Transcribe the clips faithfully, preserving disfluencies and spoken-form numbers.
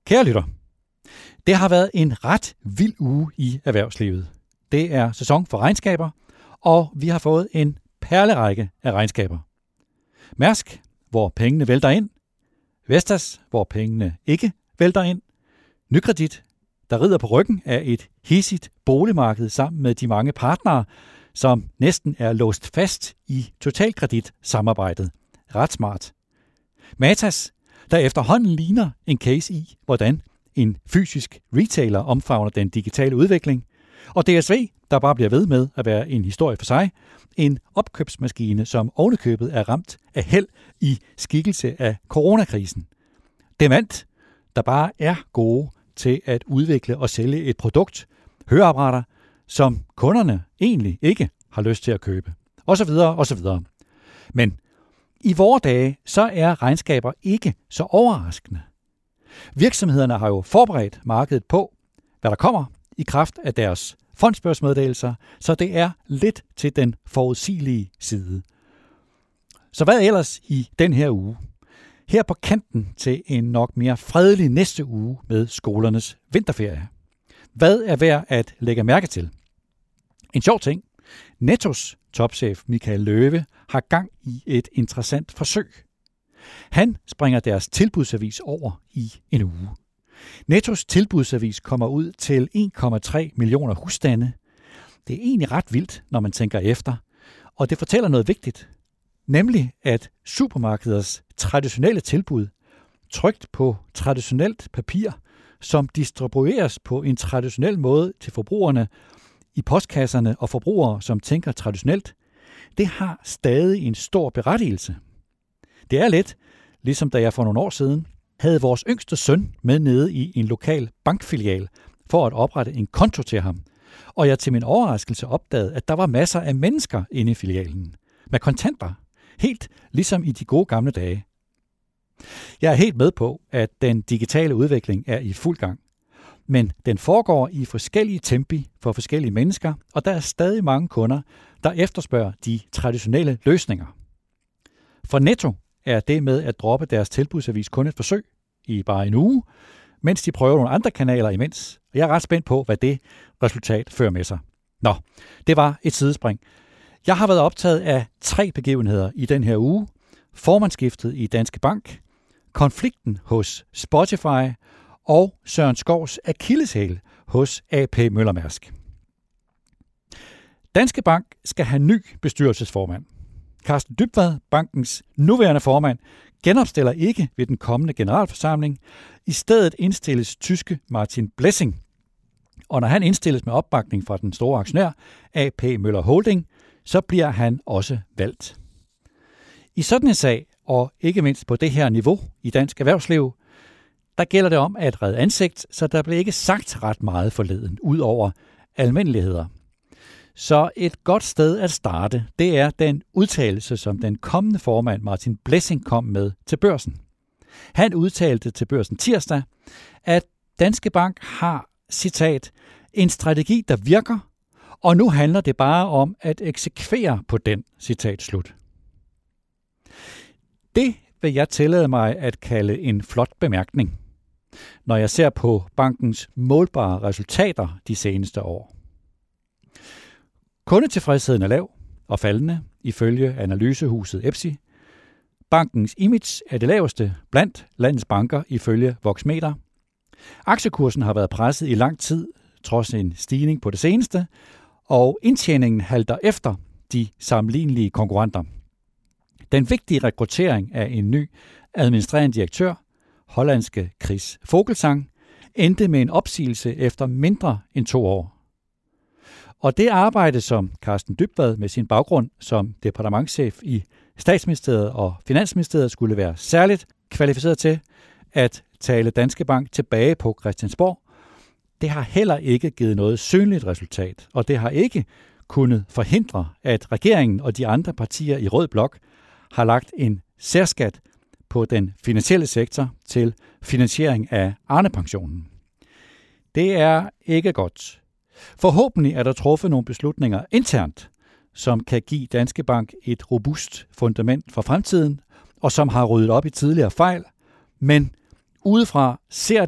Kære lytter, det har været en ret vild uge i erhvervslivet. Det er sæson for regnskaber, og vi har fået en perlerække af regnskaber. Mærsk, hvor pengene vælter ind. Vestas, hvor pengene ikke vælter ind. Nykredit, der rider på ryggen af et hidsigt boligmarked sammen med de mange partnere, som næsten er låst fast i totalkreditsamarbejdet. Ret smart. Matas, der efterhånden ligner en case i, hvordan en fysisk retailer omfavner den digitale udvikling. Og D S V, der bare bliver ved med at være en historie for sig. En opkøbsmaskine, som ovenikøbet er ramt af held i skikkelse af coronakrisen. Demant, der bare er gode til at udvikle og sælge et produkt, høreapparater, som kunderne egentlig ikke har lyst til at købe. Og så videre, og så videre. Men i vore dage, så er regnskaber ikke så overraskende. Virksomhederne har jo forberedt markedet på, hvad der kommer i kraft af deres fondsbørsmeddelelser, så det er lidt til den forudsigelige side. Så hvad ellers i den her uge? Her på kanten til en nok mere fredelig næste uge med skolernes vinterferie. Hvad er værd at lægge mærke til? En sjov ting. Nettos topchef Michael Løve har gang i et interessant forsøg. Han springer deres tilbudsavis over i en uge. Nettos tilbudsavis kommer ud til en komma tre millioner husstande. Det er egentlig ret vildt, når man tænker efter. Og det fortæller noget vigtigt. Nemlig, at supermarkeders traditionelle tilbud, trykt på traditionelt papir, som distribueres på en traditionel måde til forbrugerne i postkasserne og forbrugere, som tænker traditionelt, det har stadig en stor berettigelse. Det er lidt, ligesom da jeg for nogle år siden havde vores yngste søn med nede i en lokal bankfilial for at oprette en konto til ham, og jeg til min overraskelse opdagede, at der var masser af mennesker inde i filialen med kontanter, helt ligesom i de gode gamle dage. Jeg er helt med på, at den digitale udvikling er i fuld gang, men den foregår i forskellige tempi for forskellige mennesker, og der er stadig mange kunder, der efterspørger de traditionelle løsninger. For Netto er det med at droppe deres tilbudsavis kun et forsøg i bare en uge, mens de prøver nogle andre kanaler imens. Jeg er ret spændt på, hvad det resultat fører med sig. Nå, det var et sidespring. Jeg har været optaget af tre begivenheder i den her uge. Formandsskiftet i Danske Bank, konflikten hos Spotify og Søren Skovs akilleshæl hos A P Møller Mærsk. Danske Bank skal have ny bestyrelsesformand. Carsten Dybvad, bankens nuværende formand, genopstiller ikke ved den kommende generalforsamling. I stedet indstilles tyske Martin Blessing. Og når han indstilles med opbakning fra den store aktionær A P Møller Holding, så bliver han også valgt. I sådan en sag, og ikke mindst på det her niveau i dansk erhvervsliv, der gælder det om at redde ansigt, så der bliver ikke sagt ret meget forleden, ud over almindeligheder. Så et godt sted at starte, det er den udtalelse, som den kommende formand Martin Blessing kom med til Børsen. Han udtalte til Børsen tirsdag, at Danske Bank har, citat, en strategi, der virker, og nu handler det bare om at eksekvere på den, citat slut. Det vil jeg tillade mig at kalde en flot bemærkning, når jeg ser på bankens målbare resultater de seneste år. Kundetilfredsheden er lav og faldende, ifølge analysehuset Epsi. Bankens image er det laveste blandt landets banker, ifølge Voxmeter. Aktiekursen har været presset i lang tid, trods en stigning på det seneste, og indtjeningen halter efter de sammenlignelige konkurrenter. Den vigtige rekruttering af en ny administrerende direktør, hollandske Chris Vogelsang, endte med en opsigelse efter mindre end to år. Og det arbejde, som Carsten Dybvad med sin baggrund som departementschef i Statsministeriet og Finansministeriet skulle være særligt kvalificeret til at tale Danske Bank tilbage på Christiansborg, det har heller ikke givet noget synligt resultat, og det har ikke kunnet forhindre, at regeringen og de andre partier i Rød Blok har lagt en særskat på den finansielle sektor til finansiering af Arne-pensionen. Det er ikke godt. Forhåbentlig er der truffet nogle beslutninger internt, som kan give Danske Bank et robust fundament for fremtiden, og som har ryddet op i tidligere fejl, men udefra ser det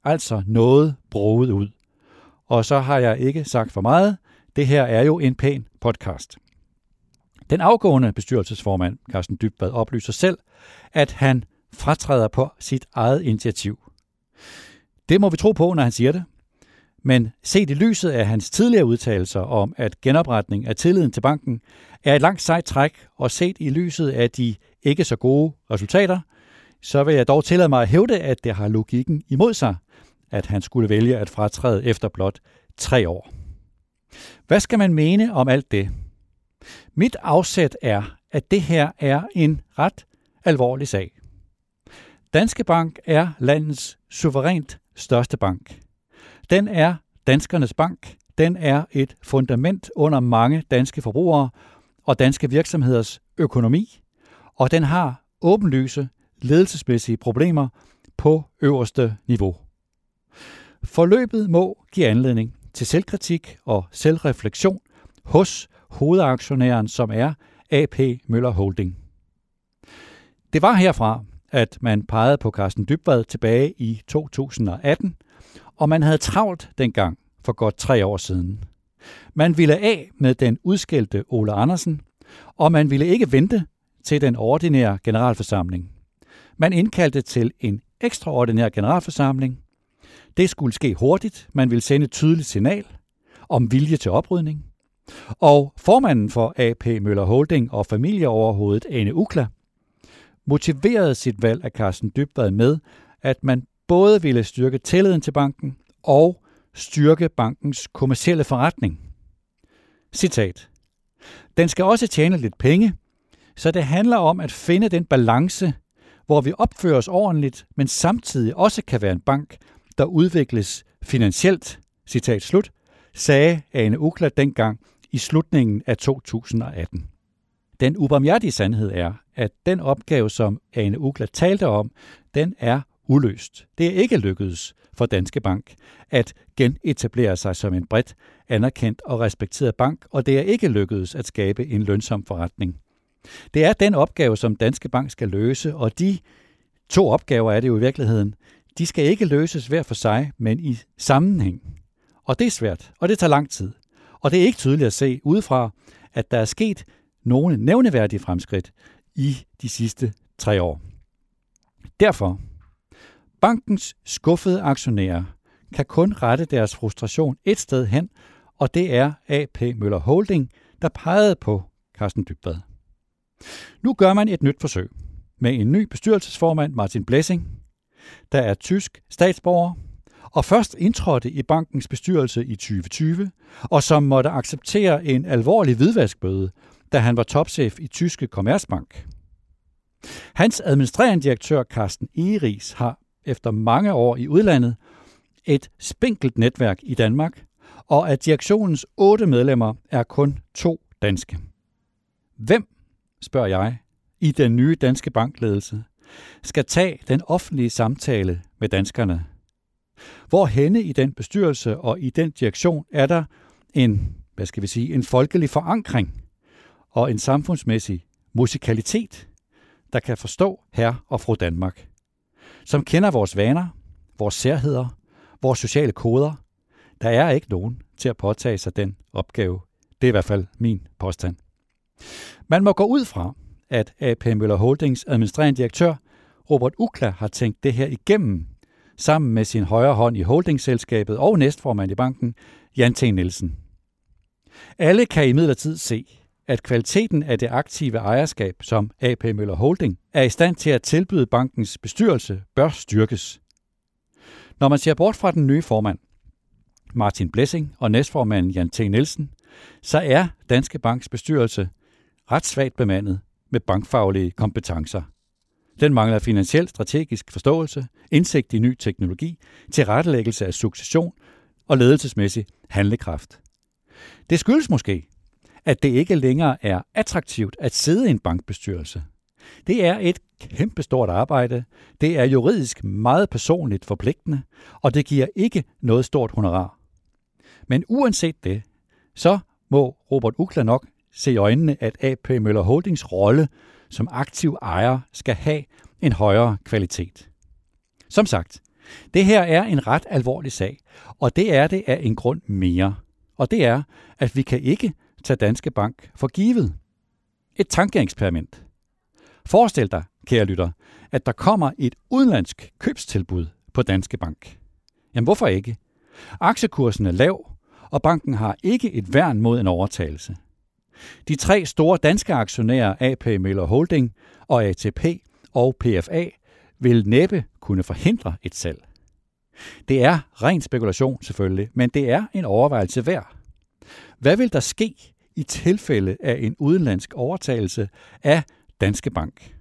altså noget broget ud. Og så har jeg ikke sagt for meget. Det her er jo en pæn podcast. Den afgående bestyrelsesformand, Carsten Dybvad, oplyser selv, at han fratræder på sit eget initiativ. Det må vi tro på, når han siger det. Men set i lyset af hans tidligere udtalelser om, at genopretning af tilliden til banken er et langt sejt træk, og set i lyset af de ikke så gode resultater, så vil jeg dog tillade mig at hævde, at det har logikken imod sig, at han skulle vælge at fratræde efter blot tre år. Hvad skal man mene om alt det? Mit afsæt er, at det her er en ret alvorlig sag. Danske Bank er landets suverænt største bank. Den er danskernes bank. Den er et fundament under mange danske forbrugere og danske virksomheders økonomi, og den har åbenlyse ledelsesmæssige problemer på øverste niveau. Forløbet må give anledning til selvkritik og selvreflektion hos hovedaktionæren, som er A P Møller Holding. Det var herfra, at man pegede på Carsten Dybvad tilbage i to tusind og atten, og man havde travlt dengang for godt tre år siden. Man ville af med den udskældte Ole Andersen, og man ville ikke vente til den ordinære generalforsamling. Man indkaldte til en ekstraordinær generalforsamling. Det skulle ske hurtigt. Man ville sende et tydeligt signal om vilje til oprydning. Og formanden for A P Møller Holding og familieoverhovedet Ane Uggla motiverede sit valg af Carsten Dybvad med, at man både ville styrke tilliden til banken og styrke bankens kommercielle forretning. Citat. Den skal også tjene lidt penge, så det handler om at finde den balance, hvor vi opfører os ordentligt, men samtidig også kan være en bank, der udvikles finansielt, citat slut, sagde Ane Uggla dengang i slutningen af to tusind og atten. Den ubarmhjertige sandhed er, at den opgave, som Ane Uggla talte om, den er uløst. Det er ikke lykkedes for Danske Bank at genetablere sig som en bredt anerkendt og respekteret bank, og det er ikke lykkedes at skabe en lønsom forretning. Det er den opgave, som Danske Bank skal løse, og de to opgaver er det jo i virkeligheden. De skal ikke løses hver for sig, men i sammenhæng. Og det er svært, og det tager lang tid. Og det er ikke tydeligt at se udefra, at der er sket nogle nævneværdige fremskridt i de sidste tre år. Derfor, bankens skuffede aktionærer kan kun rette deres frustration et sted hen, og det er A P Møller Holding, der pegede på Carsten Dybvad. Nu gør man et nyt forsøg med en ny bestyrelsesformand, Martin Blessing, der er tysk statsborger, og først indtrådte i bankens bestyrelse i tyve tyve, og som måtte acceptere en alvorlig hvidvaskbøde, da han var topchef i tyske Commerzbank. Hans administrerende direktør Carsten Egeris har efter mange år i udlandet et spinkelt netværk i Danmark, og af direktionens otte medlemmer er kun to danske. Hvem, spørger jeg, i den nye danske bankledelse, skal tage den offentlige samtale med danskerne? Hvor henne i den bestyrelse og i den direktion er der en, hvad skal vi sige, en folkelig forankring og en samfundsmæssig musikalitet, der kan forstå herre og fru Danmark, som kender vores vaner, vores særheder, vores sociale koder. Der er ikke nogen til at påtage sig den opgave. Det er i hvert fald min påstand. Man må gå ud fra, at A P Møller Holdings administrerende direktør Robert Uggla har tænkt det her igennem sammen med sin højre hånd i holdingselskabet og næstformand i banken, Jan T. Nielsen. Alle kan imidlertid se, at kvaliteten af det aktive ejerskab, som A P Møller Holding er i stand til at tilbyde bankens bestyrelse, bør styrkes. Når man ser bort fra den nye formand, Martin Blessing og næstformanden Jan T. Nielsen, så er Danske Banks bestyrelse ret svagt bemandet med bankfaglige kompetencer. Den mangler finansiel strategisk forståelse, indsigt i ny teknologi, tilrettelæggelse af succession og ledelsesmæssig handlekraft. Det skyldes måske, at det ikke længere er attraktivt at sidde i en bankbestyrelse. Det er et kæmpestort arbejde, det er juridisk meget personligt forpligtende, og det giver ikke noget stort honorar. Men uanset det, så må Robert Uggla nok se i øjnene, at A P Møller Holdings rolle som aktiv ejer skal have en højere kvalitet. Som sagt, Det her er en ret alvorlig sag, og det er det af en grund mere. Og det er, at vi kan ikke tage Danske Bank for givet. Et tankeeksperiment. Forestil dig, kære lytter, at der kommer et udenlandsk købstilbud på Danske Bank. Jamen hvorfor ikke? Aktiekursen er lav, og banken har ikke et værn mod en overtagelse. De tre store danske aktionærer A P Møller Holding og A T P og P F A vil næppe kunne forhindre et salg. Det er ren spekulation selvfølgelig, men det er en overvejelse værd. Hvad vil der ske i tilfælde af en udenlandsk overtagelse af Danske Bank?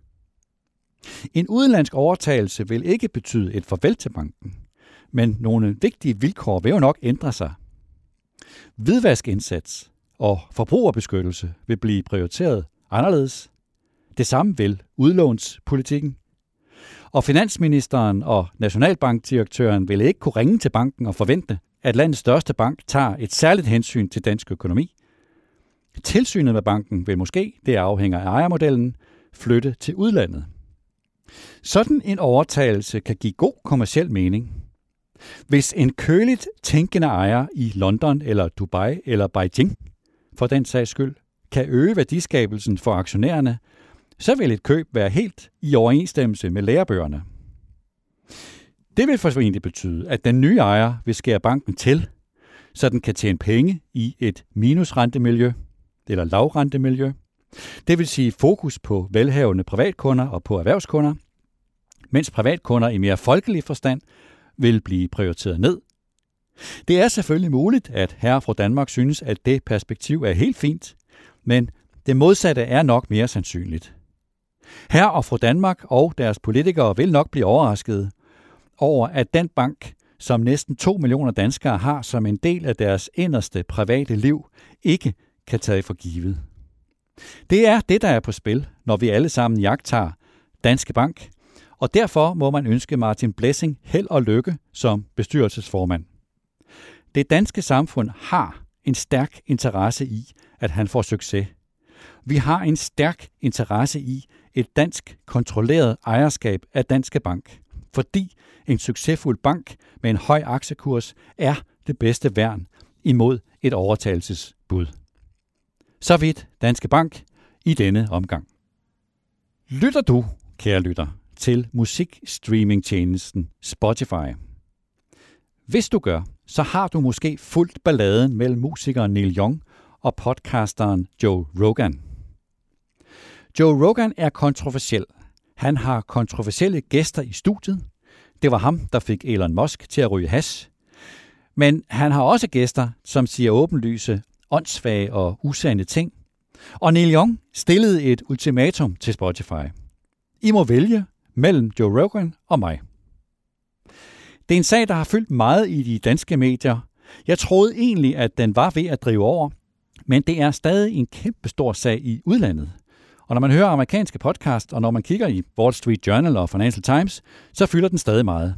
En udenlandsk overtagelse vil ikke betyde et farvel til banken, men nogle vigtige vilkår vil jo nok ændre sig. Hvidvaskindsats og forbrugerbeskyttelse vil blive prioriteret anderledes. Det samme vil udlånspolitikken. Og finansministeren og nationalbankdirektøren vil ikke kunne ringe til banken og forvente, at landets største bank tager et særligt hensyn til dansk økonomi. Tilsynet med banken vil måske, det afhænger af ejermodellen, flytte til udlandet. Sådan en overtagelse kan give god kommerciel mening. Hvis en køligt tænkende ejer i London eller Dubai eller Beijing, for den sags skyld, kan øge værdiskabelsen for aktionærerne, så vil et køb være helt i overensstemmelse med lærebøgerne. Det vil formentlig betyde, at den nye ejer vil skære banken til, så den kan tjene penge i et minusrentemiljø eller lavrentemiljø. Det vil sige fokus på velhavende privatkunder og på erhvervskunder, mens privatkunder i mere folkelig forstand vil blive prioriteret ned. Det er selvfølgelig muligt, at herre og fru Danmark synes, at det perspektiv er helt fint, men det modsatte er nok mere sandsynligt. Herre og fru Danmark og deres politikere vil nok blive overraskede over, at den bank, som næsten to millioner danskere har som en del af deres inderste private liv, ikke kan tage for givet. Det er det, der er på spil, når vi alle sammen jagttager Danske Bank, og derfor må man ønske Martin Blessing held og lykke som bestyrelsesformand. Det danske samfund har en stærk interesse i, at han får succes. Vi har en stærk interesse i et dansk kontrolleret ejerskab af Danske Bank, fordi en succesfuld bank med en høj aktiekurs er det bedste værn imod et overtagelsesbud. Så vidt Danske Bank i denne omgang. Lytter du, kære lytter, til musikstreamingtjenesten Spotify? Hvis du gør, så har du måske fulgt balladen mellem musikeren Neil Young og podcasteren Joe Rogan. Joe Rogan er kontroversiel. Han har kontroversielle gæster i studiet. Det var ham, der fik Elon Musk til at ryge hash. Men han har også gæster, som siger åbenlyse, åndssvage og usande ting. Og Neil Young stillede et ultimatum til Spotify. I må vælge mellem Joe Rogan og mig. Det er en sag, der har fyldt meget i de danske medier. Jeg troede egentlig, at den var ved at drive over, men det er stadig en kæmpe stor sag i udlandet. Og når man hører amerikanske podcast, og når man kigger i Wall Street Journal og Financial Times, så fylder den stadig meget.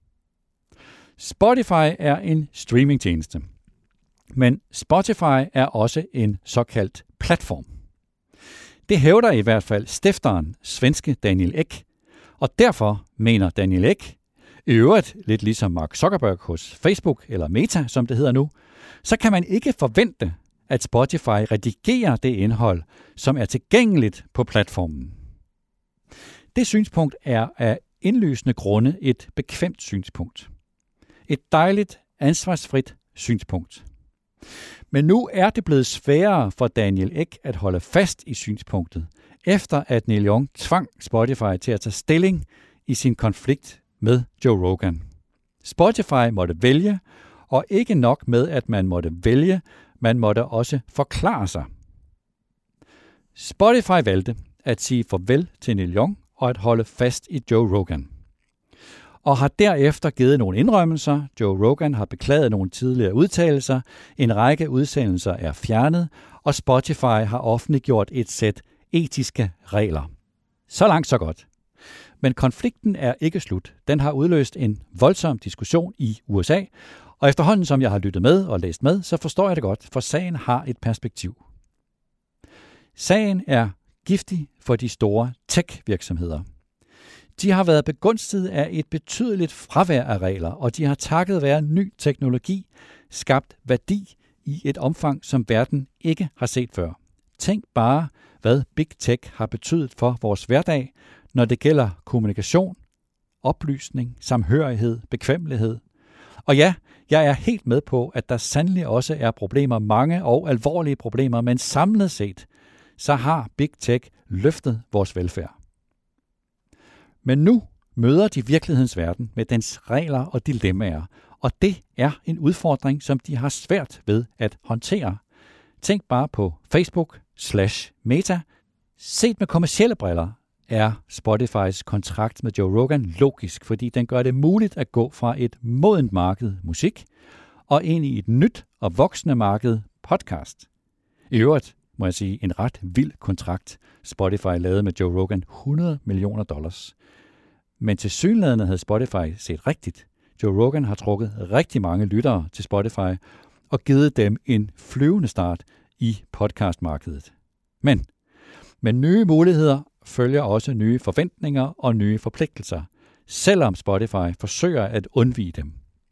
Spotify er en streamingtjeneste, men Spotify er også en såkaldt platform. Det hævder i hvert fald stifteren, svenske Daniel Ek, og derfor mener Daniel Ek, i øvrigt lidt ligesom Mark Zuckerberg hos Facebook eller Meta, som det hedder nu, så kan man ikke forvente, at Spotify redigerer det indhold, som er tilgængeligt på platformen. Det synspunkt er af indlysende grunde et bekvemt synspunkt. Et dejligt, ansvarsfrit synspunkt. Men nu er det blevet sværere for Daniel Ek at holde fast i synspunktet, efter at Neil Young tvang Spotify til at tage stilling i sin konflikt med Joe Rogan. Spotify måtte vælge, og ikke nok med, at man måtte vælge, man måtte også forklare sig. Spotify valgte at sige farvel til Neil Young og at holde fast i Joe Rogan. Og har derefter givet nogle indrømmelser. Joe Rogan har beklaget nogle tidligere udtalelser, en række udsendelser er fjernet, og Spotify har offentliggjort et sæt etiske regler. Så langt, så godt. Men konflikten er ikke slut. Den har udløst en voldsom diskussion i U S A, og efterhånden som jeg har lyttet med og læst med, så forstår jeg det godt, for sagen har et perspektiv. Sagen er giftig for de store tech-virksomheder. De har været begunstiget af et betydeligt fravær af regler, og de har takket være ny teknologi skabt værdi i et omfang, som verden ikke har set før. Tænk bare, hvad Big Tech har betydet for vores hverdag, når det gælder kommunikation, oplysning, samhørighed, bekvemmelighed. Og ja, jeg er helt med på, at der sandelig også er problemer, mange og alvorlige problemer, men samlet set, så har Big Tech løftet vores velfærd. Men nu møder de virkelighedens verden med dens regler og dilemmaer, og det er en udfordring, som de har svært ved at håndtere. Tænk bare på Facebook slash Meta. Set med kommercielle briller er Spotifys kontrakt med Joe Rogan logisk, fordi den gør det muligt at gå fra et modent marked musik og ind i et nyt og voksende marked podcast. I øvrigt må jeg sige en ret vild kontrakt, Spotify lavede med Joe Rogan, hundrede millioner dollars. Men tilsyneladende havde Spotify set rigtigt. Joe Rogan har trukket rigtig mange lyttere til Spotify og givet dem en flyvende start i podcastmarkedet. Men med nye muligheder følger også nye forventninger og nye forpligtelser, selvom Spotify forsøger at undvige dem.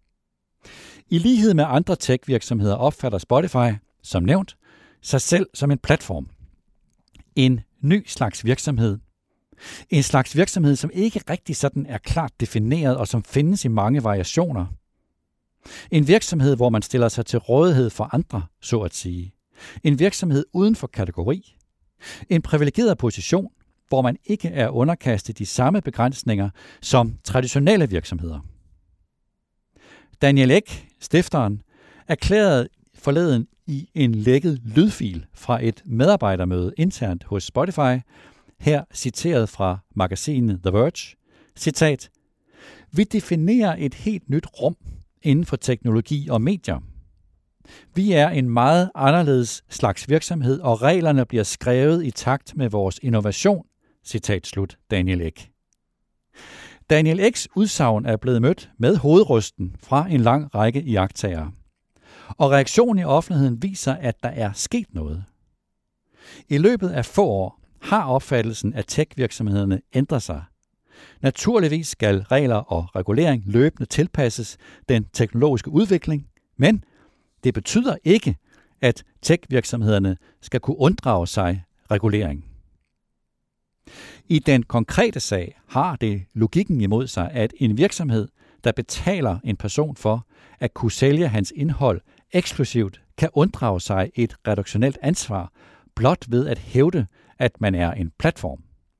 I lighed med andre tech-virksomheder opfatter Spotify, som nævnt, sig selv som en platform. En ny slags virksomhed. En slags virksomhed, som ikke rigtig sådan er klart defineret og som findes i mange variationer. En virksomhed, hvor man stiller sig til rådighed for andre, så at sige. En virksomhed uden for kategori. En privilegeret position, hvor man ikke er underkastet de samme begrænsninger som traditionelle virksomheder. Daniel Ek, stifteren, erklærede forleden i en lækket lydfil fra et medarbejdermøde internt hos Spotify, her citeret fra magasinet The Verge, citat: "Vi definerer et helt nyt rum inden for teknologi og medier. Vi er en meget anderledes slags virksomhed, og reglerne bliver skrevet i takt med vores innovation." Citat slut, Daniel Ek. Daniel Eks udsagn er blevet mødt med hovedrysten fra en lang række iagttagere. Og reaktionen i offentligheden viser, at der er sket noget. I løbet af få år har opfattelsen af tech-virksomhederne ændret sig. Naturligvis skal regler og regulering løbende tilpasses den teknologiske udvikling, men det betyder ikke, at tech-virksomhederne skal kunne unddrage sig regulering. I den konkrete sag har det logikken imod sig, at en virksomhed, der betaler en person for at kunne sælge hans indhold eksklusivt, kan unddrage sig et redaktionelt ansvar blot ved at hævde, at man er en platform.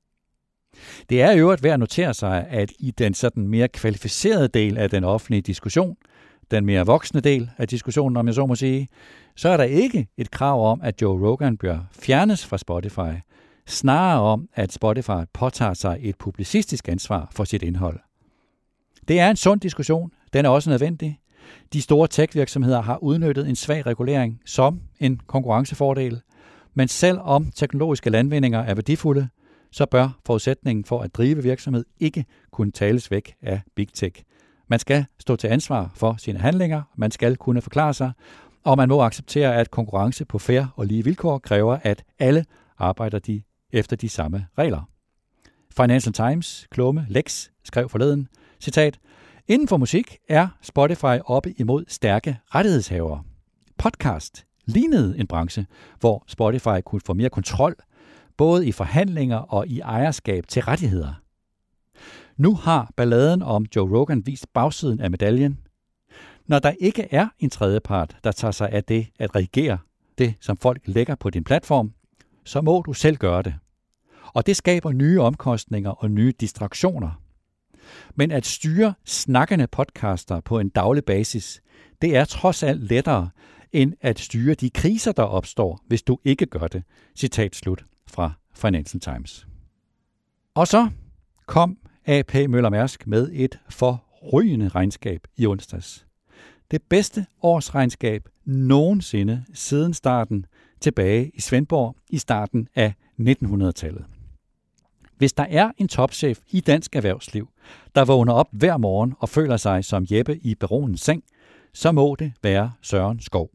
Det er i øvrigt værd at notere sig, at i den sådan mere kvalificerede del af den offentlige diskussion, den mere voksne del af diskussionen, om jeg så må sige, så er der ikke et krav om, at Joe Rogan bør fjernes fra Spotify, snarere om, at Spotify påtager sig et publicistisk ansvar for sit indhold. Det er en sund diskussion, den er også nødvendig. De store tech-virksomheder har udnyttet en svag regulering som en konkurrencefordel, men selv om teknologiske landvindinger er værdifulde, så bør forudsætningen for at drive virksomhed ikke kunne tales væk af Big Tech. Man skal stå til ansvar for sine handlinger, man skal kunne forklare sig, og man må acceptere, at konkurrence på fair og lige vilkår kræver, at alle arbejder de efter de samme regler. Financial Times klumme Lex skrev forleden, citat: "Inden for musik er Spotify oppe imod stærke rettighedshavere. Podcast lignede en branche, hvor Spotify kunne få mere kontrol, både i forhandlinger og i ejerskab til rettigheder. Nu har balladen om Joe Rogan vist bagsiden af medaljen. Når der ikke er en tredjepart, der tager sig af det at reagere det, som folk lægger på din platform, så må du selv gøre det. Og det skaber nye omkostninger og nye distraktioner. Men at styre snakkende podcaster på en daglig basis, det er trods alt lettere, end at styre de kriser, der opstår, hvis du ikke gør det." Citat slut fra Financial Times. Og så kom A P Møller Mærsk med et forrygende regnskab i onsdags. Det bedste årsregnskab nogensinde siden starten tilbage i Svendborg i starten af nitten hundrede-tallet. Hvis der er en topchef i dansk erhvervsliv, der vågner op hver morgen og føler sig som Jeppe i baronens seng, så må det være Søren Skov.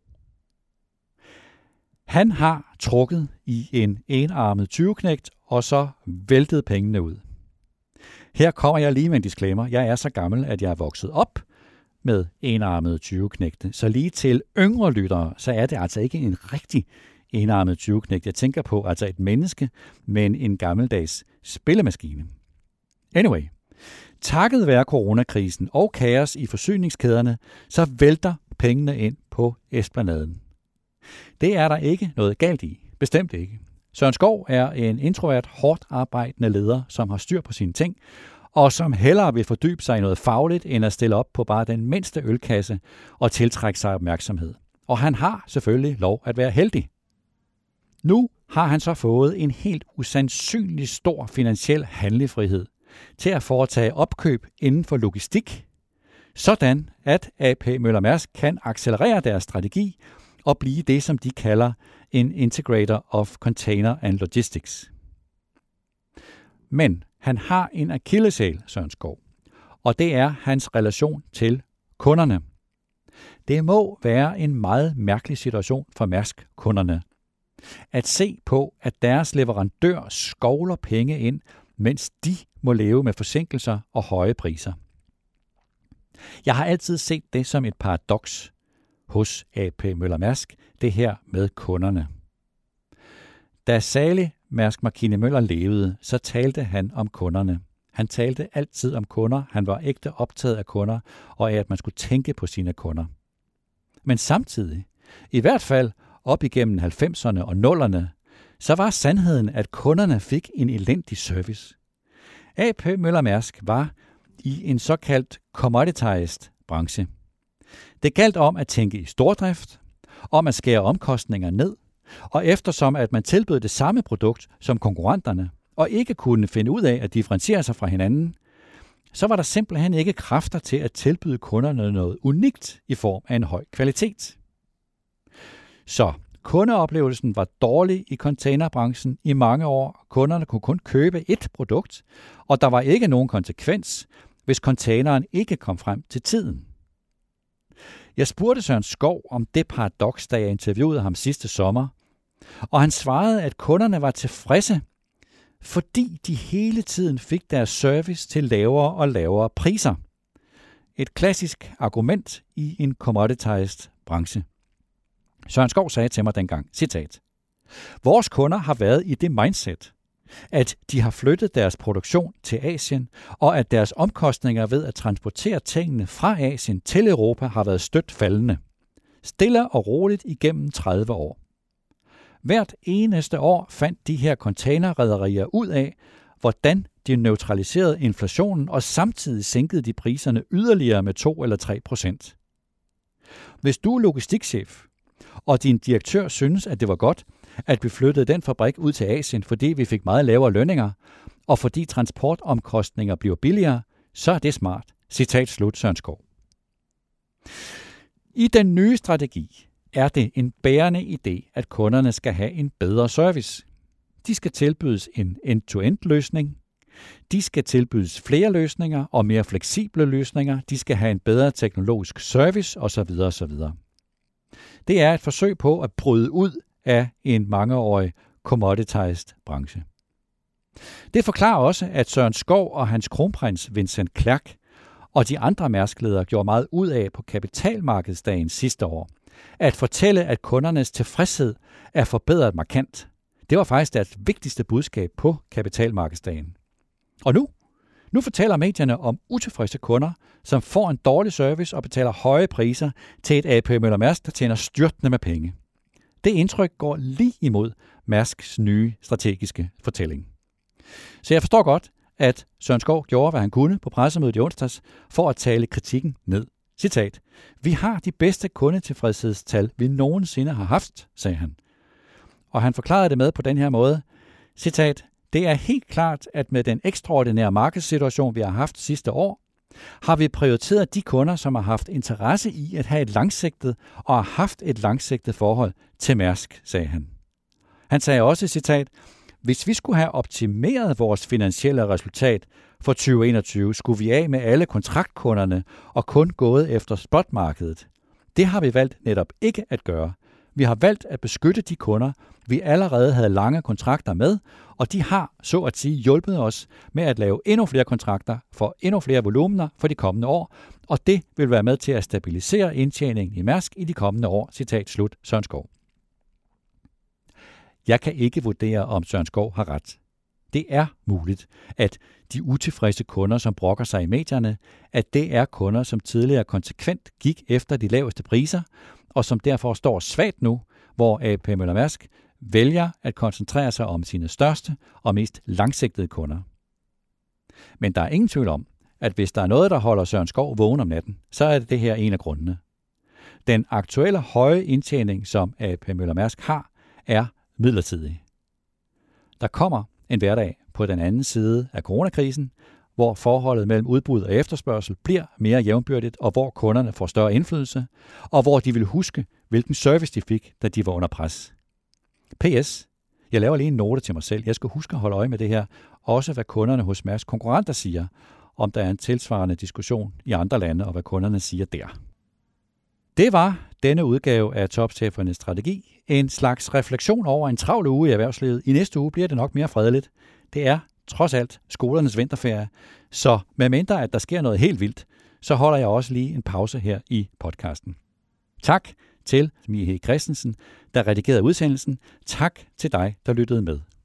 Han har trukket i en enarmet tyveknægt og så væltet pengene ud. Her kommer jeg lige med en disclaimer. Jeg er så gammel, at jeg er vokset op med enarmede tyveknægte. Så lige til yngre lyttere, så er det altså ikke en rigtig enarmet tyveknægt. Jeg tænker på altså et menneske, men en gammeldags spillemaskine. Anyway, takket være coronakrisen og kaos i forsyningskæderne, så vælter pengene ind på Esplanaden. Det er der ikke noget galt i. Bestemt ikke. Søren Skov er en introvert, hårdt arbejdende leder, som har styr på sine ting, og som hellere vil fordybe sig i noget fagligt, end at stille op på bare den mindste ølkasse og tiltrække sig opmærksomhed. Og han har selvfølgelig lov at være heldig. Nu har han så fået en helt usandsynlig stor finansiel handlefrihed til at foretage opkøb inden for logistik, sådan at A P Møller Mærsk kan accelerere deres strategi og blive det, som de kalder en integrator of container and logistics. Men han har en akilleshæl, Søren Skov, og det er hans relation til kunderne. Det må være en meget mærkelig situation for Mærsk-kunderne. At se på, at deres leverandør skovler penge ind, mens de må leve med forsinkelser og høje priser. Jeg har altid set det som et paradoks hos A P Møller Mærsk, det her med kunderne. Da salig Mærsk Mc-Kinney Møller levede, så talte han om kunderne. Han talte altid om kunder, han var ægte optaget af kunder, og af at man skulle tænke på sine kunder. Men samtidig, i hvert fald op igennem halvfemserne og nullerne, så var sandheden, at kunderne fik en elendig service. A P Møller Mærsk var i en såkaldt commoditized branche. Det galt om at tænke i stordrift, om at skære omkostninger ned, og eftersom at man tilbød det samme produkt som konkurrenterne, og ikke kunne finde ud af at differentiere sig fra hinanden, så var der simpelthen ikke kræfter til at tilbyde kunderne noget unikt i form af en høj kvalitet. Så kundeoplevelsen var dårlig i containerbranchen i mange år. Kunderne kunne kun købe ét produkt, og der var ikke nogen konsekvens, hvis containeren ikke kom frem til tiden. Jeg spurgte Søren Skov om det paradoks, da jeg interviewede ham sidste sommer, og han svarede, at kunderne var tilfredse, fordi de hele tiden fik deres service til lavere og lavere priser. Et klassisk argument i en commoditized branche. Søren Skov sagde til mig dengang, citat, vores kunder har været i det mindset, at de har flyttet deres produktion til Asien, og at deres omkostninger ved at transportere tingene fra Asien til Europa har været stødt faldende. Stille og roligt igennem tredive år. Hvert eneste år fandt de her containerrederier ud af, hvordan de neutraliserede inflationen, og samtidig sænkede de priserne yderligere med to eller tre procent. Hvis du er logistikchef, og din direktør synes, at det var godt, at vi flyttede den fabrik ud til Asien, fordi vi fik meget lavere lønninger, og fordi transportomkostninger bliver billigere, så er det smart. Citat slut, Søren Skov. I den nye strategi er det en bærende idé, at kunderne skal have en bedre service. De skal tilbydes en end-to-end løsning. De skal tilbydes flere løsninger og mere fleksible løsninger. De skal have en bedre teknologisk service osv. osv. Det er et forsøg på at bryde ud af en mangeårig commoditized branche. Det forklarer også, at Søren Skov og hans kronprins Vincent Clerc og de andre Mærsk-ledere gjorde meget ud af på kapitalmarkedsdagen sidste år, at fortælle, at kundernes tilfredshed er forbedret markant. Det var faktisk deres vigtigste budskab på kapitalmarkedsdagen. Og nu, nu fortæller medierne om utilfredse kunder, som får en dårlig service og betaler høje priser til et A P Møller Mærsk, der tjener styrtende med penge. Det indtryk går lige imod Mærsks nye strategiske fortælling. Så jeg forstår godt, at Søren Skov gjorde, hvad han kunne på pressemødet i onsdags, for at tale kritikken ned. Citat, vi har de bedste kundetilfredshedstal, vi nogensinde har haft, sagde han. Og han forklarede det med på den her måde. Citat, det er helt klart, at med den ekstraordinære markedssituation, vi har haft sidste år, har vi prioriteret de kunder, som har haft interesse i at have et langsigtet og har haft et langsigtet forhold til Mærsk, sagde han. Han sagde også, citat, hvis vi skulle have optimeret vores finansielle resultat for tyve enogtyve, skulle vi af med alle kontraktkunderne og kun gået efter spotmarkedet. Det har vi valgt netop ikke at gøre. Vi har valgt at beskytte de kunder, vi allerede havde lange kontrakter med, og de har, så at sige, hjulpet os med at lave endnu flere kontrakter for endnu flere volumener for de kommende år, og det vil være med til at stabilisere indtjeningen i Mærsk i de kommende år, citat slut, Søren Skou. Jeg kan ikke vurdere, om Søren Skou har ret. Det er muligt, at de utilfredse kunder, som brokker sig i medierne, at det er kunder, som tidligere konsekvent gik efter de laveste priser, og som derfor står svagt nu, hvor A P Møller Mærsk vælger at koncentrere sig om sine største og mest langsigtede kunder. Men der er ingen tvivl om, at hvis der er noget, der holder Søren Skou vågen om natten, så er det det her en af grundene. Den aktuelle høje indtjening, som A P Møller Mærsk har, er midlertidig. Der kommer en hverdag på den anden side af coronakrisen, hvor forholdet mellem udbud og efterspørgsel bliver mere jævnbyrdigt, og hvor kunderne får større indflydelse, og hvor de vil huske, hvilken service de fik, da de var under pres. P S. Jeg laver lige en note til mig selv. Jeg skal huske at holde øje med det her, også hvad kunderne hos Mærsk konkurrenter siger, om der er en tilsvarende diskussion i andre lande, og hvad kunderne siger der. Det var denne udgave af Topchefernes Strategi. En slags refleksion over en travl uge i erhvervslivet. I næste uge bliver det nok mere fredeligt. Det er trods alt skolernes vinterferie, så medmindre at der sker noget helt vildt, så holder jeg også lige en pause her i podcasten. Tak til Mie Christensen, der redigerede udsendelsen. Tak til dig, der lyttede med.